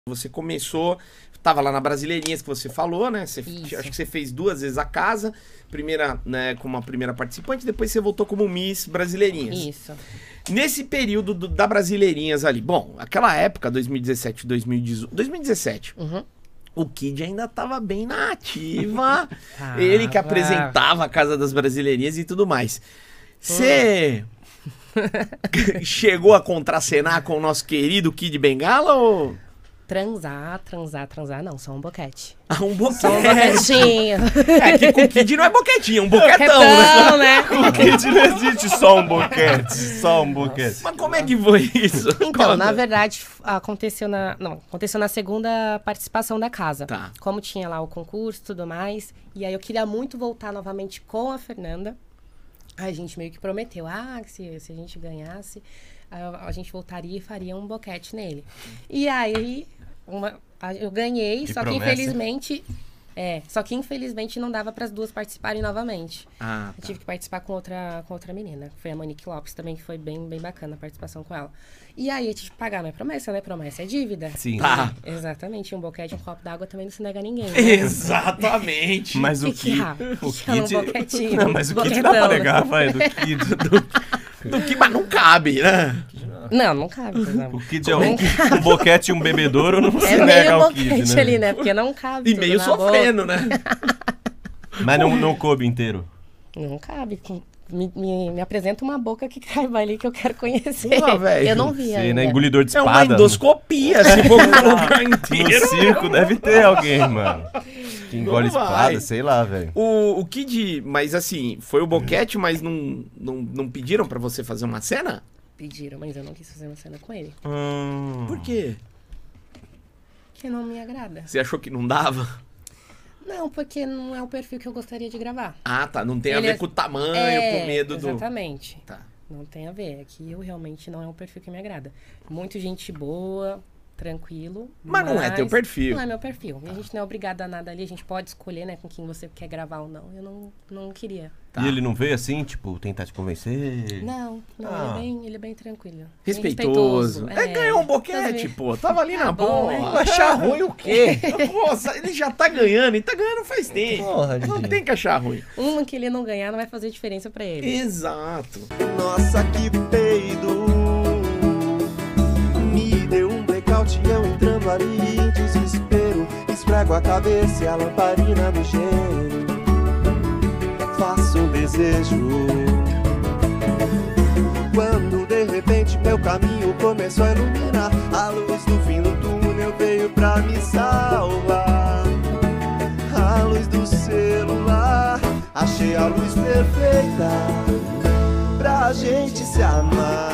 Você começou, tava lá na Brasileirinhas que você falou, né? Acho que você fez 2 vezes a casa. Primeira, né, como a primeira participante, depois você voltou como Miss Brasileirinhas. Isso. Nesse período da Brasileirinhas ali, bom, aquela época, 2017, 2018, 2017, o Kid ainda tava bem na ativa. Ele que apresentava a Casa das Brasileirinhas e tudo mais. Você chegou a contracenar com o nosso querido Kid Bengala ou... Transar, não, só um boquete. Ah, um boquete. Só um boquetinho. É que com o Kid não é boquetinho, é um boquetão, né? Com o Kid não existe só um boquete, só um boquete. Mas como é que foi isso? Então, na verdade, aconteceu na segunda participação da casa. Tá. Como tinha lá o concurso e tudo mais, e aí eu queria muito voltar novamente com a Fernanda. Aí a gente meio que prometeu, que se a gente ganhasse, a gente voltaria e faria um boquete nele. E aí... eu ganhei, Que só promessa. que infelizmente não dava para as duas participarem novamente. Ah, Eu tive que participar com outra menina, foi a Monique Lopes também, que foi bem bacana a participação com ela. E aí eu tive que pagar minha promessa, né? Promessa é dívida. Sim. Tá. Exatamente, um boquete, um copo d'água também não se nega a ninguém. Né? Exatamente. Mas o que Kid... um boquetinho. Não, mas o Kid dá pra Boquetão, negar, vai, do Kid. Mas não cabe, né? Não cabe. Não. O Kid é um boquete e um bebedouro, não se É nega meio ao Kid, boquete né? ali, né? Porque não cabe E tudo meio na sofrendo, boca. né? Mas não coube inteiro. Não cabe. Me apresenta uma boca que caiba ali que eu quero conhecer. Pô, velho. Eu não vi Sim, ainda. né? Engolidor de É uma espada. endoscopia, se for colocar No inteiro. circo deve ter alguém, mano. Que engole Não vai. espada, sei lá, velho. O Kid, mas assim, foi o boquete, mas não pediram pra você fazer uma cena? Pediram, mas eu não quis fazer uma cena com ele. Por quê? Que não me agrada. Você achou que não dava? Não, porque não é o perfil que eu gostaria de gravar. Ah, tá. Não tem a Ele ver é- com o tamanho, com medo do... Exatamente. Tá. Não tem a ver. É que eu realmente não é um perfil que me agrada. Muito gente boa, tranquilo. Mas não é teu perfil. Não é meu perfil. E a gente não é obrigado a nada ali. A gente pode escolher, né, com quem você quer gravar ou não. Eu não queria. Tá. E ele não veio assim, tipo, tentar te convencer? Não, Ah. ele é bem tranquilo. Bem Respeitoso. Ganhou um boquete, pô. Tava ali na bom, boa. né? Achar ruim o quê? Nossa, ele já tá ganhando. E tá ganhando faz tempo. Porra, Não Didi. tem que achar ruim. Uma que ele não ganhar não vai fazer diferença pra ele. Exato. Nossa, que peido. Me deu um blackout e eu entrando ali em desespero. Esfrego a cabeça e a lamparina do gênio. Faço um desejo. Quando de repente meu caminho começou a iluminar, a luz do fim do túnel veio pra me salvar. A luz do celular, achei a luz perfeita pra gente se amar.